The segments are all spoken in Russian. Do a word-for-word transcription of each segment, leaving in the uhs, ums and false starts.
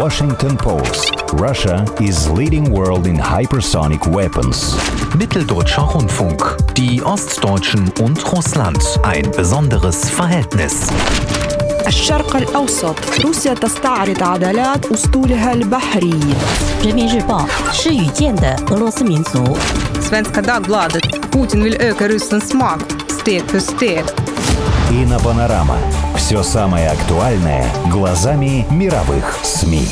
Washington Post. Russia is leading world in hypersonic weapons. Mitteldeutscher Rundfunk. Die Ostdeutschen und Russland. Ein besonderes Verhältnis. الشرق الأوسط روسيا تستعرض عضلات أسطولها البحري. 人民日报是语见的俄罗斯民族。 Svenska Dagbladet. Putin vill öka Rysslands makt steg för steg. Инопанорама. Все самое актуальное глазами мировых СМИ.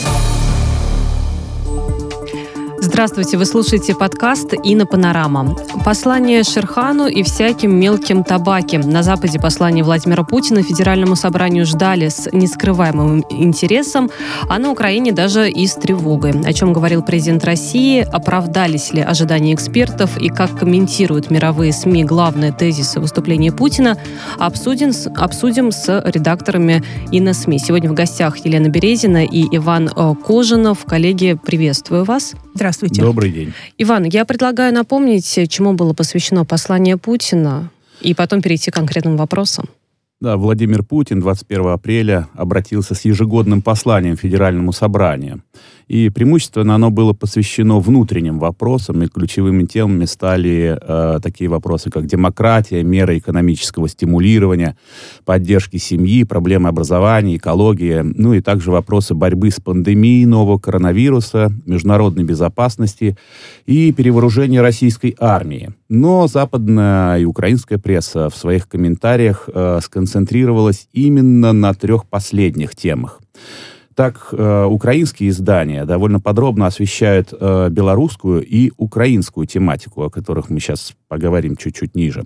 Здравствуйте, вы слушаете подкаст «Инопанорама». Послание Шерхану и всяким мелким табаки. На Западе послание Владимира Путина Федеральному собранию ждали с нескрываемым интересом, а на Украине даже и с тревогой. О чем говорил президент России, оправдались ли ожидания экспертов и как комментируют мировые СМИ главные тезисы выступления Путина, обсудим, обсудим с редакторами ИНОСМИ. Сегодня в гостях Елена Березина и Иван Кожинов. Коллеги, приветствую вас. Здравствуйте. Добрый день. Иван, я предлагаю напомнить, чему было посвящено послание Путина, и потом перейти к конкретным вопросам. Да, Владимир Путин двадцать первого апреля обратился с ежегодным посланием к Федеральному собранию. И преимущественно оно было посвящено внутренним вопросам, и ключевыми темами стали э, такие вопросы, как демократия, меры экономического стимулирования, поддержки семьи, проблемы образования, экология, ну и также вопросы борьбы с пандемией нового коронавируса, международной безопасности и перевооружения российской армии. Но западная и украинская пресса в своих комментариях э, сконцентрировалась именно на трех последних темах. Так, э, украинские издания довольно подробно освещают э, белорусскую и украинскую тематику, о которых мы сейчас поговорим чуть-чуть ниже.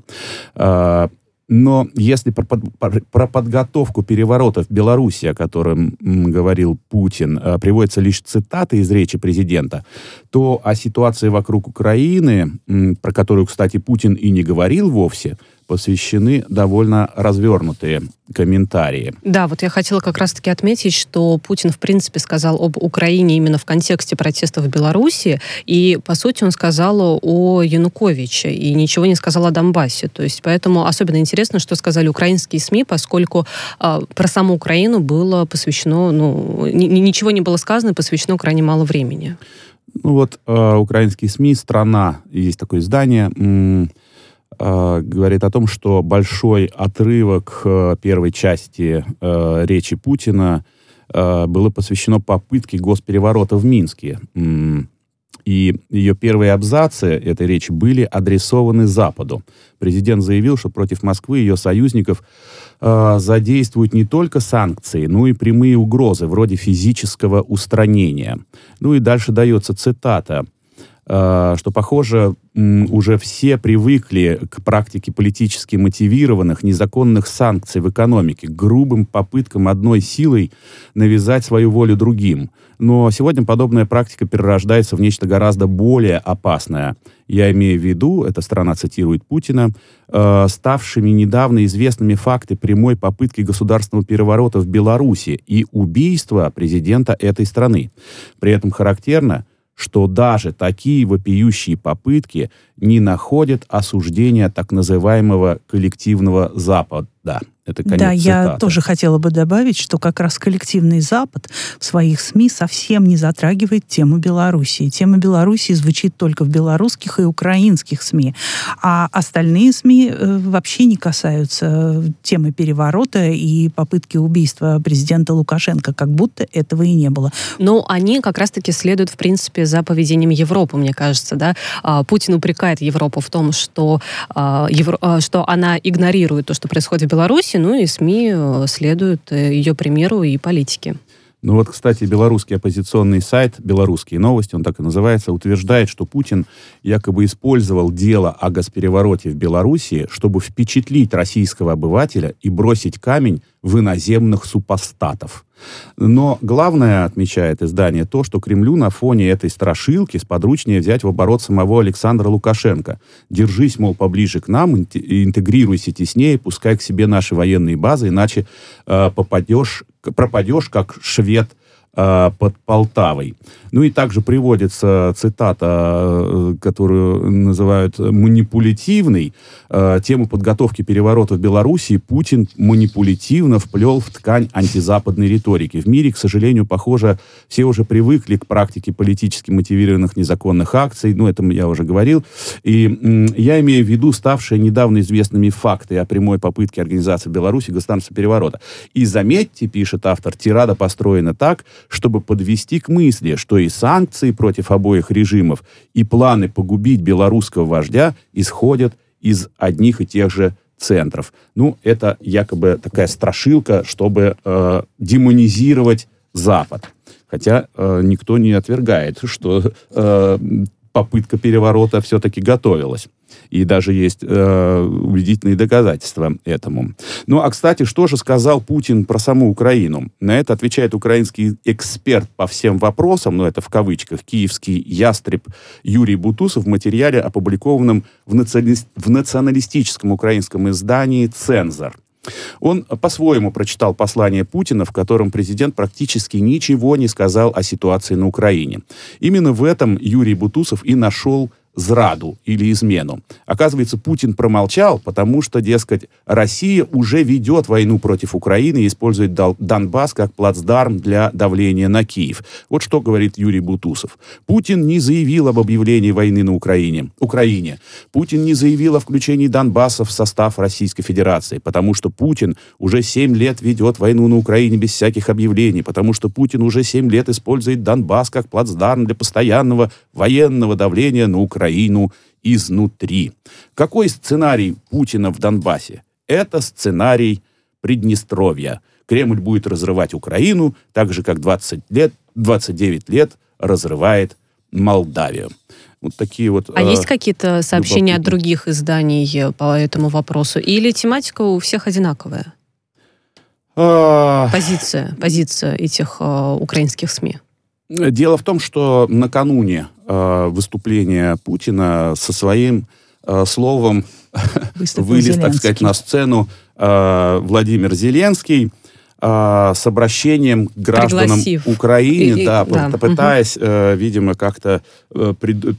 Э, но если про, про, про подготовку переворота в Беларуси, о котором м, говорил Путин, э, приводятся лишь цитаты из речи президента, то о ситуации вокруг Украины, м, про которую, кстати, Путин и не говорил вовсе, посвящены довольно развернутые комментарии. Да, вот я хотела как раз-таки отметить, что Путин, в принципе, сказал об Украине именно в контексте протестов в Беларуси, и, по сути, он сказал о Януковиче, и ничего не сказал о Донбассе. То есть, поэтому особенно интересно, что сказали украинские СМИ, поскольку э, про саму Украину было посвящено, ну, ни, ничего не было сказано, посвящено крайне мало времени. Ну вот, э, украинские СМИ, «Страна», есть такое издание, м- говорит о том, что большой отрывок э, первой части э, речи Путина э, было посвящено попытке госпереворота в Минске. И ее первые абзацы этой речи были адресованы Западу. Президент заявил, что против Москвы и ее союзников э, задействуют не только санкции, но и прямые угрозы, вроде физического устранения. Ну и дальше дается цитата, что, похоже, уже все привыкли к практике политически мотивированных незаконных санкций в экономике, к грубым попыткам одной силой навязать свою волю другим. Но сегодня подобная практика перерождается в нечто гораздо более опасное. Я имею в виду, эта страна цитирует Путина, э, ставшими недавно известными факты прямой попытки государственного переворота в Беларуси и убийства президента этой страны. При этом характерно, что даже такие вопиющие попытки не находят осуждения так называемого коллективного Запада. Это конец да, цитаты. Я тоже хотела бы добавить, что как раз коллективный Запад в своих СМИ совсем не затрагивает тему Белоруссии. Тема Белоруссии звучит только в белорусских и украинских СМИ. А остальные СМИ э, вообще не касаются темы переворота и попытки убийства президента Лукашенко, как будто этого и не было. Ну, они как раз-таки следуют, в принципе, за поведением Европы, мне кажется, да. Путин упрекает Европу в том, что, Евро... что она игнорирует то, что происходит в Беларуси, ну и СМИ следуют ее примеру и политике. Ну вот, кстати, белорусский оппозиционный сайт «Белорусские новости», он так и называется, утверждает, что Путин якобы использовал дело о госперевороте в Белоруссии, чтобы впечатлить российского обывателя и бросить камень в иноземных супостатов. Но главное, отмечает издание, то, что Кремлю на фоне этой страшилки сподручнее взять в оборот самого Александра Лукашенко. Держись, мол, поближе к нам, интегрируйся теснее, пускай к себе наши военные базы, иначе э, попадешь, пропадешь, как швед э, под Полтавой. Ну и также приводится цитата, которую называют манипулятивной. Э, тему подготовки переворота в Белоруссии Путин манипулятивно вплел в ткань антизападной риторики. В мире, к сожалению, похоже, все уже привыкли к практике политически мотивированных незаконных акций. Ну, это я уже говорил. И м, я имею в виду ставшие недавно известными факты о прямой попытке организации в Беларуси государственного переворота. И заметьте, пишет автор, тирада построена так, чтобы подвести к мысли, что и санкции против обоих режимов, и планы погубить белорусского вождя исходят из одних и тех же центров. Ну, это якобы такая страшилка, чтобы э, демонизировать Запад. Хотя э, никто не отвергает, что э, попытка переворота все-таки готовилась. И даже есть э, убедительные доказательства этому. Ну, а, кстати, что же сказал Путин про саму Украину? На это отвечает украинский эксперт по всем вопросам, ну, это в кавычках, киевский ястреб Юрий Бутусов в материале, опубликованном в, наци... в националистическом украинском издании «Цензор». Он по-своему прочитал послание Путина, в котором президент практически ничего не сказал о ситуации на Украине. Именно в этом Юрий Бутусов и нашел зраду или измену. Оказывается, Путин промолчал, потому что, дескать, Россия уже ведет войну против Украины и использует Донбасс как плацдарм для давления на Киев. Вот что говорит Юрий Бутусов. Путин не заявил об объявлении войны на Украине. Украине. Путин не заявил о включении Донбасса в состав Российской Федерации, потому что Путин уже семь лет ведет войну на Украине без всяких объявлений, потому что Путин уже семь лет использует Донбасс как плацдарм для постоянного военного давления на Украину. Украину изнутри. Какой сценарий Путина в Донбассе? Это сценарий Приднестровья. Кремль будет разрывать Украину, так же, как двадцать лет, двадцать девять лет разрывает Молдавию. Вот такие вот... А э, есть какие-то сообщения от других изданий по этому вопросу? Или тематика у всех одинаковая? А... Позиция, позиция этих э, украинских СМИ. Дело в том, что накануне э, выступления Путина со своим э, словом вылез, так сказать, на сцену э, Владимир Зеленский э, с обращением к гражданам Пригласив. Украины, и, да, да, пытаясь, угу. э, видимо, как-то э, пред...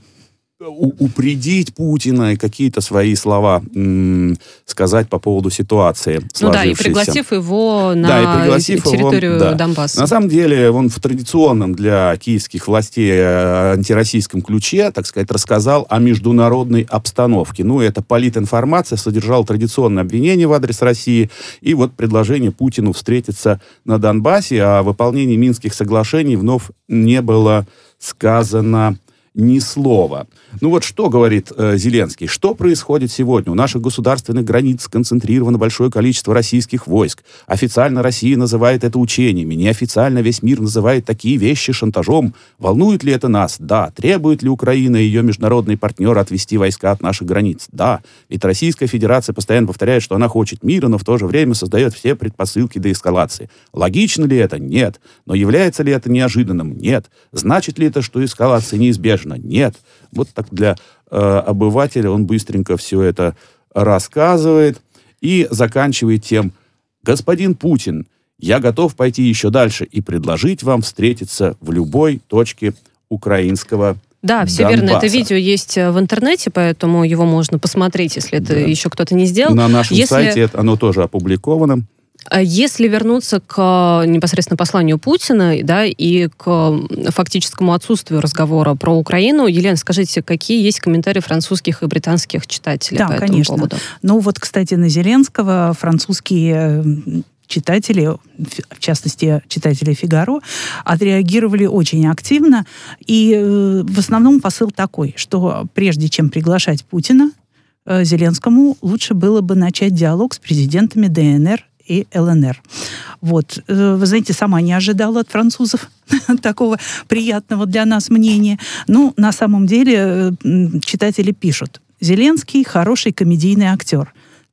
упредить Путина и какие-то свои слова м- сказать по поводу ситуации сложившейся. Ну да, и пригласив его на да, и пригласив территорию его, да. Донбасса. На самом деле он в традиционном для киевских властей антироссийском ключе, так сказать, рассказал о международной обстановке. Ну, эта политинформация содержала традиционное обвинение в адрес России и вот предложение Путину встретиться на Донбассе. О выполнении Минских соглашений вновь не было сказано ни слова. Ну вот что говорит э, Зеленский? Что происходит сегодня? У наших государственных границ сконцентрировано большое количество российских войск. Официально Россия называет это учениями. Неофициально весь мир называет такие вещи шантажом. Волнует ли это нас? Да. Требует ли Украина и ее международные партнеры отвести войска от наших границ? Да. Ведь Российская Федерация постоянно повторяет, что она хочет мира, но в то же время создает все предпосылки для эскалации. Логично ли это? Нет. Но является ли это неожиданным? Нет. Значит ли это, что эскалация неизбежна? Нет. Вот так для э, обывателя он быстренько все это рассказывает и заканчивает тем: господин Путин, я готов пойти еще дальше и предложить вам встретиться в любой точке украинского Да, все Донбасса. верно. Это видео есть в интернете, поэтому его можно посмотреть, если это да. еще кто-то не сделал. На нашем если... сайте оно тоже опубликовано. Если вернуться к непосредственно посланию Путина, да, и к фактическому отсутствию разговора про Украину, Елена, скажите, какие есть комментарии французских и британских читателей да, по этому конечно. поводу? Ну вот, кстати, на Зеленского французские читатели, в частности, читатели «Фигаро», отреагировали очень активно. И в основном посыл такой, что прежде чем приглашать Путина, Зеленскому лучше было бы начать диалог с президентами ДНР и ЛНР. Вот. Вы знаете, сама не ожидала от французов такого приятного для нас мнения. Ну, на самом деле, читатели пишут: Зеленский – хороший комедийный актер.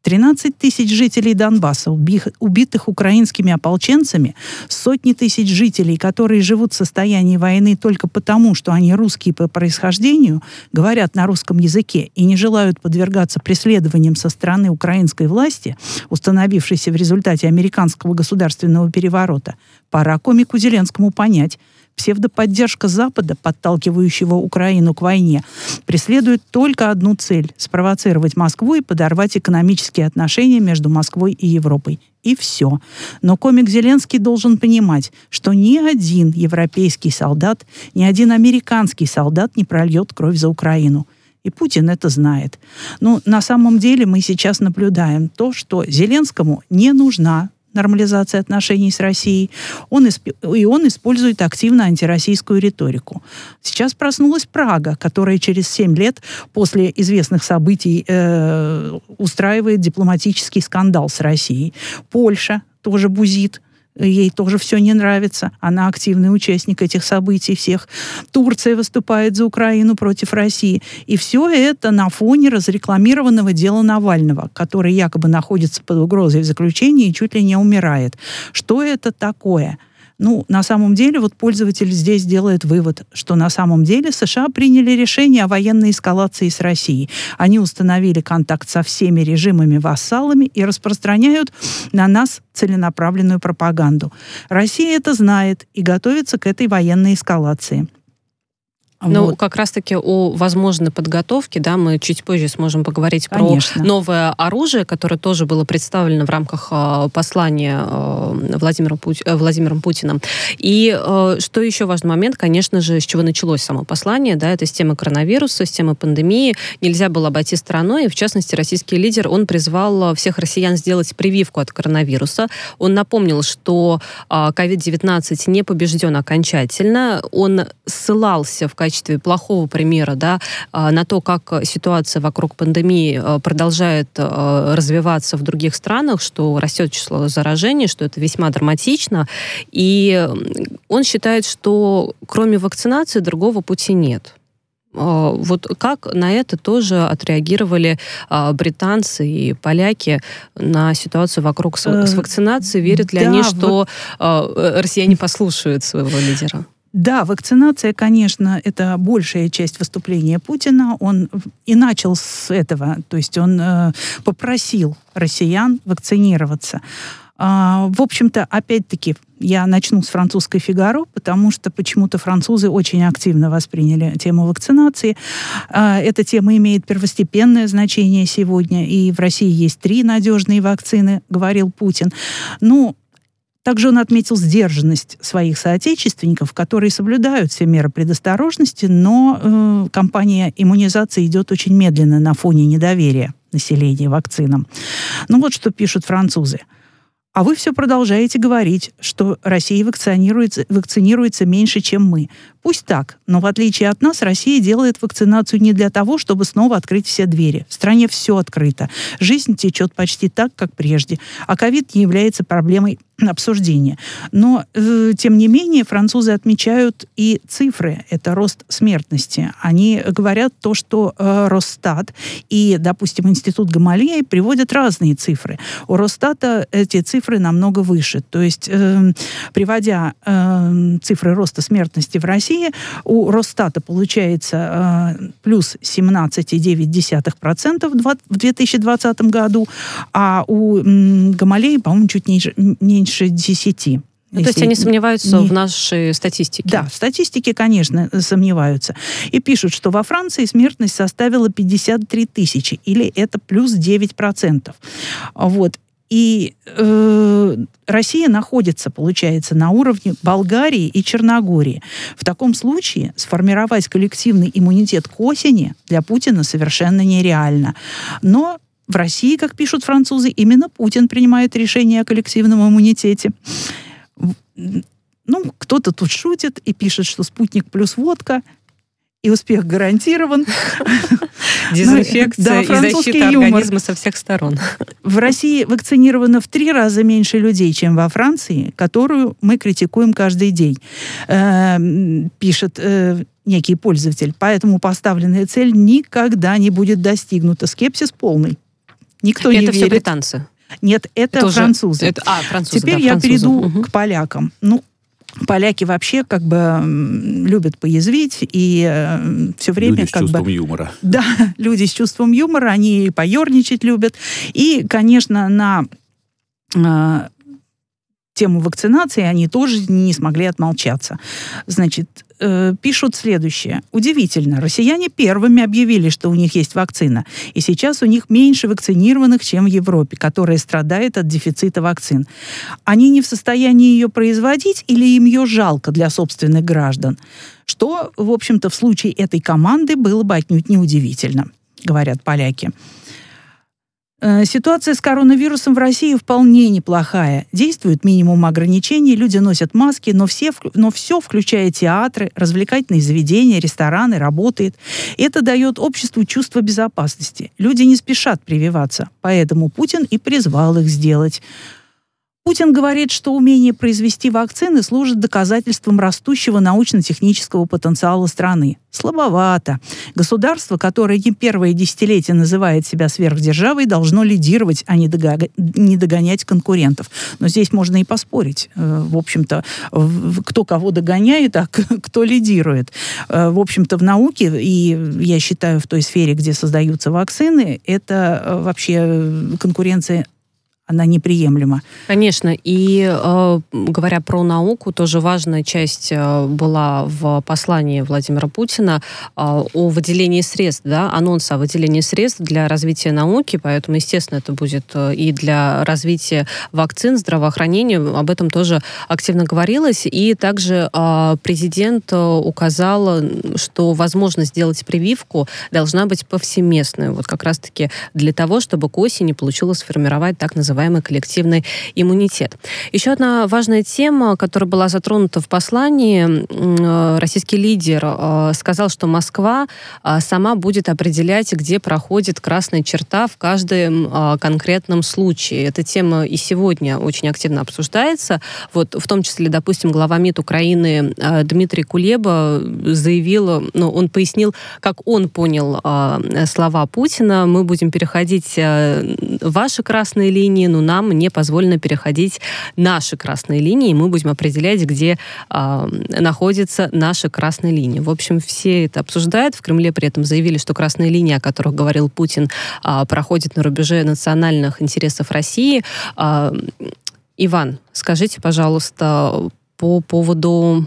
тринадцать тысяч жителей Донбасса, убитых украинскими ополченцами, сотни тысяч жителей, которые живут в состоянии войны только потому, что они русские по происхождению, говорят на русском языке и не желают подвергаться преследованиям со стороны украинской власти, установившейся в результате американского государственного переворота, пора комику Зеленскому понять, псевдоподдержка Запада, подталкивающего Украину к войне, преследует только одну цель – спровоцировать Москву и подорвать экономические отношения между Москвой и Европой. И все. Но комик Зеленский должен понимать, что ни один европейский солдат, ни один американский солдат не прольет кровь за Украину. И Путин это знает. Но на самом деле мы сейчас наблюдаем то, что Зеленскому не нужна нормализации отношений с Россией, он исп... и он использует активно антироссийскую риторику. Сейчас проснулась Прага, которая через семь лет после известных событий э, устраивает дипломатический скандал с Россией. Польша тоже бузит. Ей тоже все не нравится. Она активный участник этих событий всех. Турция выступает за Украину против России. И все это на фоне разрекламированного дела Навального, который якобы находится под угрозой в заключении и чуть ли не умирает. Что это такое? Ну, на самом деле, вот пользователь здесь делает вывод, что на самом деле США приняли решение о военной эскалации с Россией. Они установили контакт со всеми режимами-вассалами и распространяют на нас целенаправленную пропаганду. Россия это знает и готовится к этой военной эскалации. Ну, вот. Как раз-таки о возможной подготовке, да, мы чуть позже сможем поговорить. Конечно. Про новое оружие, которое тоже было представлено в рамках э, послания э, Владимира Пу... э, Владимиром Путиным. И э, что еще важный момент, конечно же, с чего началось само послание, да, это с темы коронавируса, с темы пандемии. Нельзя было обойти стороной, и, в частности, российский лидер, он призвал всех россиян сделать прививку от коронавируса. Он напомнил, что э, ковид девятнадцать не побежден окончательно. Он ссылался в качестве плохого примера, да, на то, как ситуация вокруг пандемии продолжает развиваться в других странах, что растет число заражений, что это весьма драматично. И он считает, что кроме вакцинации другого пути нет. Вот как на это тоже отреагировали британцы и поляки на ситуацию вокруг с вакцинацией? Верят ли да, они, что вот... россияне послушают своего лидера? Да, вакцинация, конечно, это большая часть выступления Путина. Он и начал с этого, то есть он э, попросил россиян вакцинироваться. А, в общем-то, опять-таки, я начну с французской «Фигаро», потому что почему-то французы очень активно восприняли тему вакцинации. А, эта тема имеет первостепенное значение сегодня, и в России есть три надежные вакцины, говорил Путин. Ну, также он отметил сдержанность своих соотечественников, которые соблюдают все меры предосторожности, но э, кампания иммунизации идет очень медленно на фоне недоверия населения вакцинам. Ну вот что пишут французы. А вы все продолжаете говорить, что Россия вакцинируется, вакцинируется меньше, чем мы. Пусть так, но в отличие от нас, Россия делает вакцинацию не для того, чтобы снова открыть все двери. В стране все открыто. Жизнь течет почти так, как прежде. А ковид не является проблемой обсуждения. Но, э, тем не менее, французы отмечают и цифры. Это рост смертности. Они говорят то, что э, Росстат и, допустим, Институт Гамалеи приводят разные цифры. У Росстата эти цифры намного выше. То есть, э, приводя э, цифры роста смертности в России, у Росстата получается э, плюс семнадцать целых девять десятых процента в две тысячи двадцатом году, а у м, Гамалеи, по-моему, чуть ниже, меньше десяти. Ну, то есть они сомневаются не... в нашей статистике? Да, в статистике, конечно, сомневаются. И пишут, что во Франции смертность составила пятьдесят три тысячи, или это плюс девять процентов. Вот. И э, Россия находится, получается, на уровне Болгарии и Черногории. В таком случае сформировать коллективный иммунитет к осени для Путина совершенно нереально. Но в России, как пишут французы, именно Путин принимает решение о коллективном иммунитете. Ну, кто-то тут шутит и пишет, что спутник плюс водка, и успех гарантирован. Дезинфекция и защита организма со всех сторон. В России вакцинировано в три раза меньше людей, чем во Франции, которую мы критикуем каждый день, пишет некий пользователь. Поэтому поставленная цель никогда не будет достигнута. Скепсис полный. Никто это не все верит. британцы? Нет, это, это французы. Уже, это, а, французы. Теперь да, я французы. перейду Угу. к полякам. Ну, поляки вообще как бы любят поязвить и э, все время люди с как чувством бы... юмора. Да, люди с чувством юмора, они поерничать любят. И, конечно, на э, тему вакцинации они тоже не смогли отмолчаться. Значит, э, пишут следующее. Удивительно, россияне первыми объявили, что у них есть вакцина. И сейчас у них меньше вакцинированных, чем в Европе, которая страдает от дефицита вакцин. Они не в состоянии ее производить или им ее жалко для собственных граждан? Что, в общем-то, в случае этой команды было бы отнюдь неудивительно, говорят поляки. Ситуация с коронавирусом в России вполне неплохая. Действует минимум ограничений, люди носят маски, но, все, но все, включая театры, развлекательные заведения, рестораны, работает. Это дает обществу чувство безопасности. Люди не спешат прививаться, поэтому Путин и призвал их сделать. Путин говорит, что умение произвести вакцины служит доказательством растущего научно-технического потенциала страны. Слабовато. Государство, которое не первое десятилетие называет себя сверхдержавой, должно лидировать, а не, дога- не догонять конкурентов. Но здесь можно и поспорить. В общем-то, кто кого догоняет, а кто лидирует. В общем-то, в науке, и я считаю, в той сфере, где создаются вакцины, это вообще конкуренция, она неприемлема. Конечно. И э, говоря про науку, тоже важная часть э, была в послании Владимира Путина э, о выделении средств, да, анонс о выделении средств для развития науки, поэтому, естественно, это будет э, и для развития вакцин, здравоохранения, об этом тоже активно говорилось. И также э, президент указал, что возможность сделать прививку должна быть повсеместной, вот как раз-таки для того, чтобы к осени получилось сформировать так называемый называемый коллективный иммунитет. Еще одна важная тема, которая была затронута в послании. Российский лидер сказал, что Москва сама будет определять, где проходит красная черта в каждом конкретном случае. Эта тема и сегодня очень активно обсуждается. Вот, в том числе, допустим, глава МИД Украины Дмитрий Кулеба заявил, ну, он пояснил, как он понял слова Путина: мы будем переходить ваши красные линии, но нам не позволено переходить наши красные линии, и мы будем определять, где э, находятся наши красные линии. В общем, все это обсуждают. В Кремле при этом заявили, что красные линии, о которых говорил Путин, э, проходят на рубеже национальных интересов России. Э, Иван, скажите, пожалуйста, по поводу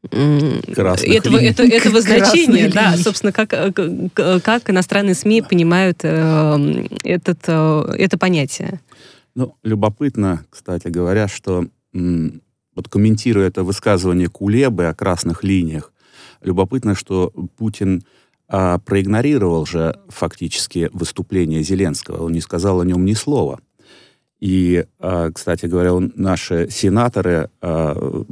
этого, это, этого значения, да, собственно, как, как иностранные СМИ понимают э, этот, э, это понятие? Ну, любопытно, кстати говоря, что м, вот комментируя это высказывание Кулебы о красных линиях, любопытно, что Путин а, проигнорировал же фактически выступление Зеленского, он не сказал о нем ни слова. И, а, кстати говоря, он, наши сенаторы а,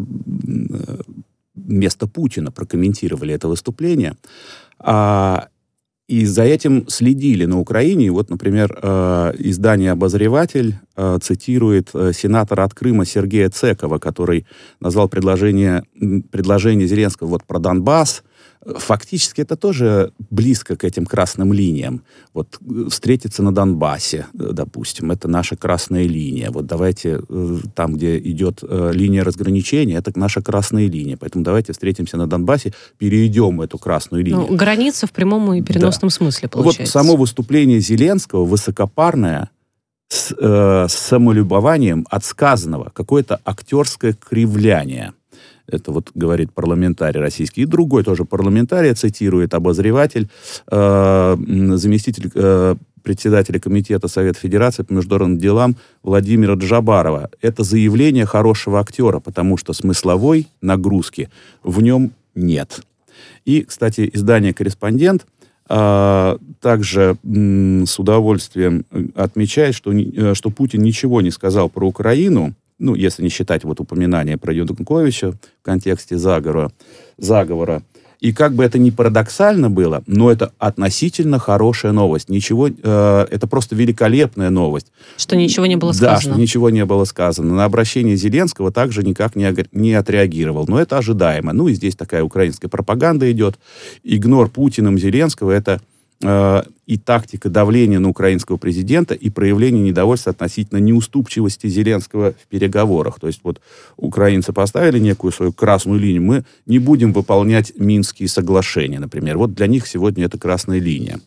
вместо Путина прокомментировали это выступление, а, и за этим следили на Украине. И вот, например, э, издание «Обозреватель» э, цитирует э, сенатора от Крыма Сергея Цекова, который назвал предложение, предложение Зеленского вот про Донбасс. Фактически это тоже близко к этим красным линиям. Вот встретиться на Донбассе, допустим, это наша красная линия. Вот давайте там, где идет э, линия разграничения, это наша красная линия. Поэтому давайте встретимся на Донбассе, перейдем эту красную линию. Ну, граница в прямом и переносном да. смысле, получается. Вот само выступление Зеленского высокопарное, с, э, с самолюбованием от сказанного, какое-то актерское кривляние. Это вот говорит парламентарий российский. И другой тоже парламентарий, цитирует обозреватель, э, заместитель э, председателя Комитета Совета Федерации по международным делам Владимира Джабарова. Это заявление хорошего актера, потому что смысловой нагрузки в нем нет. И, кстати, издание «Корреспондент» э, также м, с удовольствием отмечает, что, что Путин ничего не сказал про Украину, ну, если не считать вот упоминание про Януковича в контексте заговора, заговора. И как бы это ни парадоксально было, но это относительно хорошая новость. Ничего, э, это просто великолепная новость. Что ничего не было сказано. Да, что ничего не было сказано. На обращение Зеленского также никак не, не отреагировал. Но это ожидаемо. Ну, и здесь такая украинская пропаганда идет. Игнор Путиным Зеленского — это э, и тактика давления на украинского президента и проявление недовольства относительно неуступчивости Зеленского в переговорах. То есть вот украинцы поставили некую свою красную линию, мы не будем выполнять Минские соглашения, например. Вот для них сегодня это красная линия.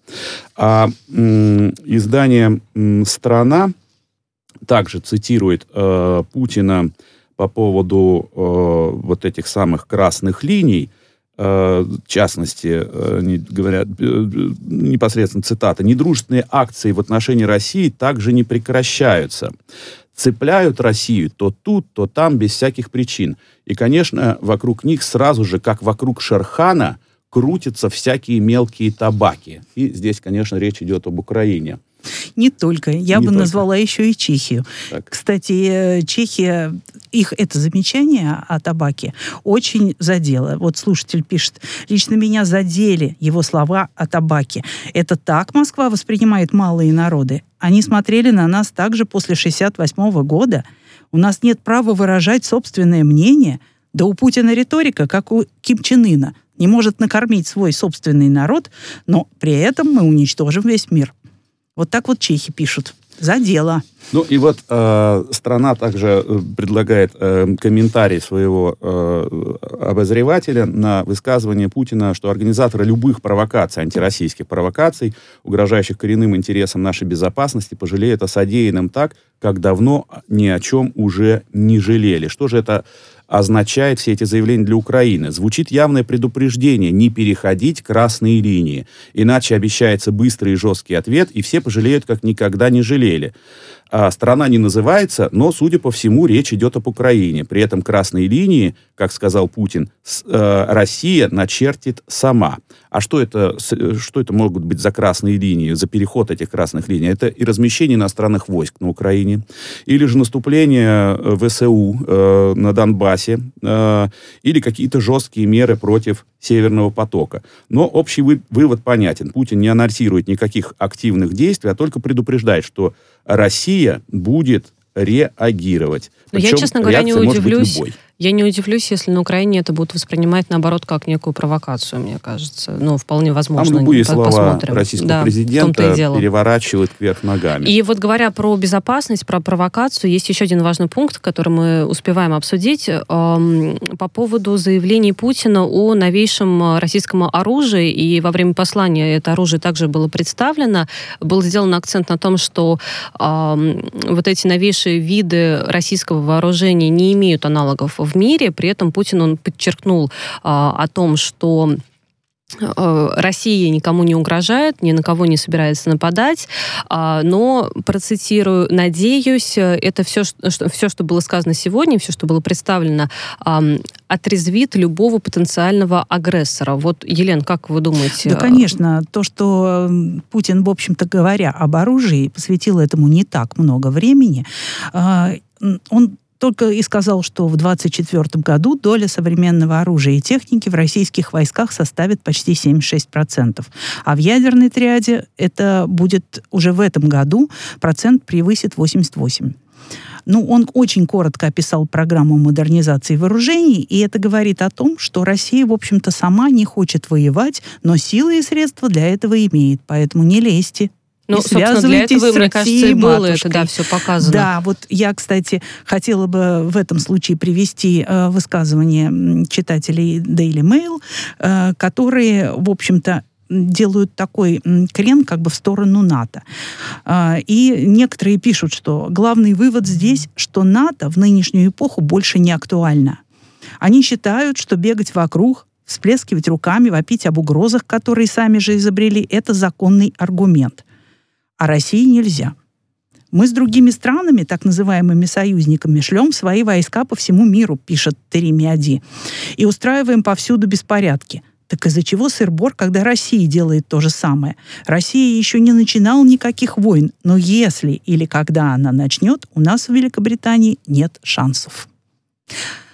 А м, издание м, «Страна» также цитирует э, Путина по поводу э, вот этих самых красных линий. Э, в частности, э, они говорят, э, непосредственно цитата: «Недружественные акции в отношении России также не прекращаются. Цепляют Россию то тут, то там, без всяких причин. И, конечно, вокруг них сразу же, как вокруг Шерхана, крутятся всякие мелкие табаки». И здесь, конечно, речь идет об Украине. Не только. Я Не бы только. назвала еще и Чехию. Так. Кстати, Чехия, их это замечание о табаке очень задело. Вот слушатель пишет: лично меня задели его слова о табаке. Это так Москва воспринимает малые народы? Они смотрели на нас также после шестьдесят восьмого года. У нас нет права выражать собственное мнение. Да у Путина риторика, как у Ким Чен Ына. Не может накормить свой собственный народ, но при этом мы уничтожим весь мир. Вот так вот чехи пишут. За дело. Ну и вот э, «Страна» также предлагает э, комментарий своего э, обозревателя на высказывание Путина, что организаторы любых провокаций, антироссийских провокаций, угрожающих коренным интересам нашей безопасности, пожалеют о содеянном так, как давно ни о чем уже не жалели. Что же это означает, все эти заявления для Украины? Звучит явное предупреждение не переходить красные линии, иначе обещается быстрый и жесткий ответ, и все пожалеют, как никогда не жалели. А страна не называется, но, судя по всему, речь идет об Украине. При этом красные линии, как сказал Путин, с, э, Россия начертит сама. А что это, что это могут быть за красные линии, за переход этих красных линий? Это и размещение иностранных войск на Украине, или же наступление ВСУ э, на Донбассе, э, или какие-то жесткие меры против Северного потока. Но общий вы, вывод понятен. Путин не анонсирует никаких активных действий, а только предупреждает, что Россия будет реагировать. Но я, честно говоря, не может быть удивлюсь. любой. Я не удивлюсь, если на Украине это будут воспринимать, наоборот, как некую провокацию, мне кажется. Ну, вполне возможно. Там любые По- слова посмотрим. российского Да, президента и дело. переворачивают кверх ногами. И вот говоря про безопасность, про провокацию, есть еще один важный пункт, который мы успеваем обсудить, эм, по поводу заявлений Путина о новейшем российском оружии. И во время послания это оружие также было представлено. Был сделан акцент на том, что эм, вот эти новейшие виды российского вооружения не имеют аналогов в мире. При этом Путин, он подчеркнул а, о том, что Россия никому не угрожает, ни на кого не собирается нападать, но, процитирую, надеюсь, это все, что, все, что было сказано сегодня, все, что было представлено, отрезвит любого потенциального агрессора. Вот, Елена, как вы думаете? Да, конечно. То, что Путин, в общем-то говоря, об оружии, посвятил этому не так много времени, он только и сказал, что в двадцать четвёртом году доля современного оружия и техники в российских войсках составит почти семьдесят шесть процентов. А в ядерной триаде это будет уже в этом году, процент превысит восемьдесят восемь процентов. Ну, он очень коротко описал программу модернизации вооружений, и это говорит о том, что Россия, в общем-то, сама не хочет воевать, но силы и средства для этого имеет. Поэтому не лезьте. Ну, собственно, для этого, мне кажется, и было это, да, все показано. Да, вот я, кстати, хотела бы в этом случае привести э, высказывание читателей Daily Mail, э, которые, в общем-то, делают такой крен как бы в сторону НАТО. Э, и некоторые пишут, что главный вывод здесь, что НАТО в нынешнюю эпоху больше не актуально. Они считают, что бегать вокруг, всплескивать руками, вопить об угрозах, которые сами же изобрели, это законный аргумент. А России нельзя. Мы с другими странами, так называемыми союзниками, шлем свои войска по всему миру, пишет Терри Миади, и устраиваем повсюду беспорядки. Так из-за чего сыр-бор, когда Россия делает то же самое? Россия еще не начинала никаких войн, но если или когда она начнет, у нас в Великобритании нет шансов.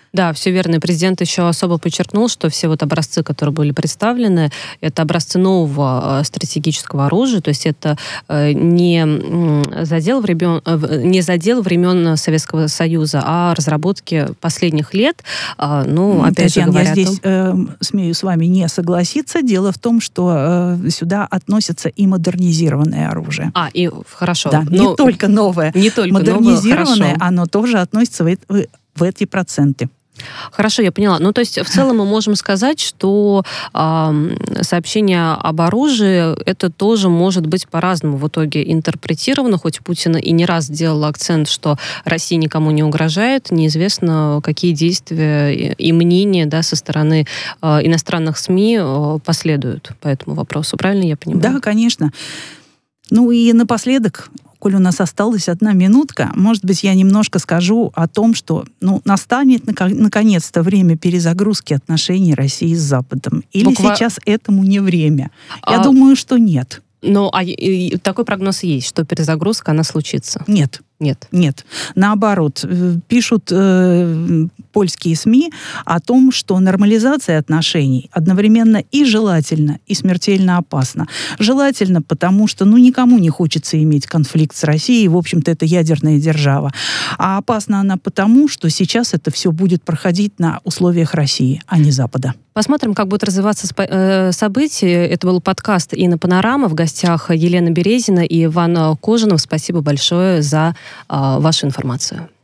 Да, все верно. Президент еще особо подчеркнул, что все вот образцы, которые были представлены, это образцы нового стратегического оружия, то есть это не задел времен, не задел времен Советского Союза, а разработки последних лет. Ну, опять Татьяна, же говоря, я здесь э, смею с вами не согласиться. Дело в том, что э, сюда относится и модернизированное оружие. А, и хорошо. Да, но... не только новое. Не только модернизированное, новое, оно тоже относится в, в, в эти проценты. Хорошо, я поняла. Ну, то есть, в целом мы можем сказать, что э, сообщение об оружии, это тоже может быть по-разному в итоге интерпретировано, хоть Путин и не раз делал акцент, что Россия никому не угрожает, неизвестно, какие действия и мнения, да, со стороны э, иностранных СМИ э, последуют по этому вопросу. Правильно я понимаю? Да, конечно. Ну и напоследок, коль у нас осталась одна минутка, может быть, я немножко скажу о том, что ну, настанет наконец-то время перезагрузки отношений России с Западом. Или Буква... сейчас этому не время? Я а... думаю, что нет. Ну, а и, и, такой прогноз есть, что перезагрузка, она случится? Нет. Нет. Нет. Наоборот, пишут э, польские СМИ о том, что нормализация отношений одновременно и желательно, и смертельно опасна. Желательно, потому что ну, никому не хочется иметь конфликт с Россией, в общем-то, это ядерная держава. А опасна она потому, что сейчас это все будет проходить на условиях России, а не Запада. Посмотрим, как будут развиваться события. Это был подкаст «Инна Панорама». В гостях Елена Березина и Иван Кожинов. Спасибо большое за вашу информацию.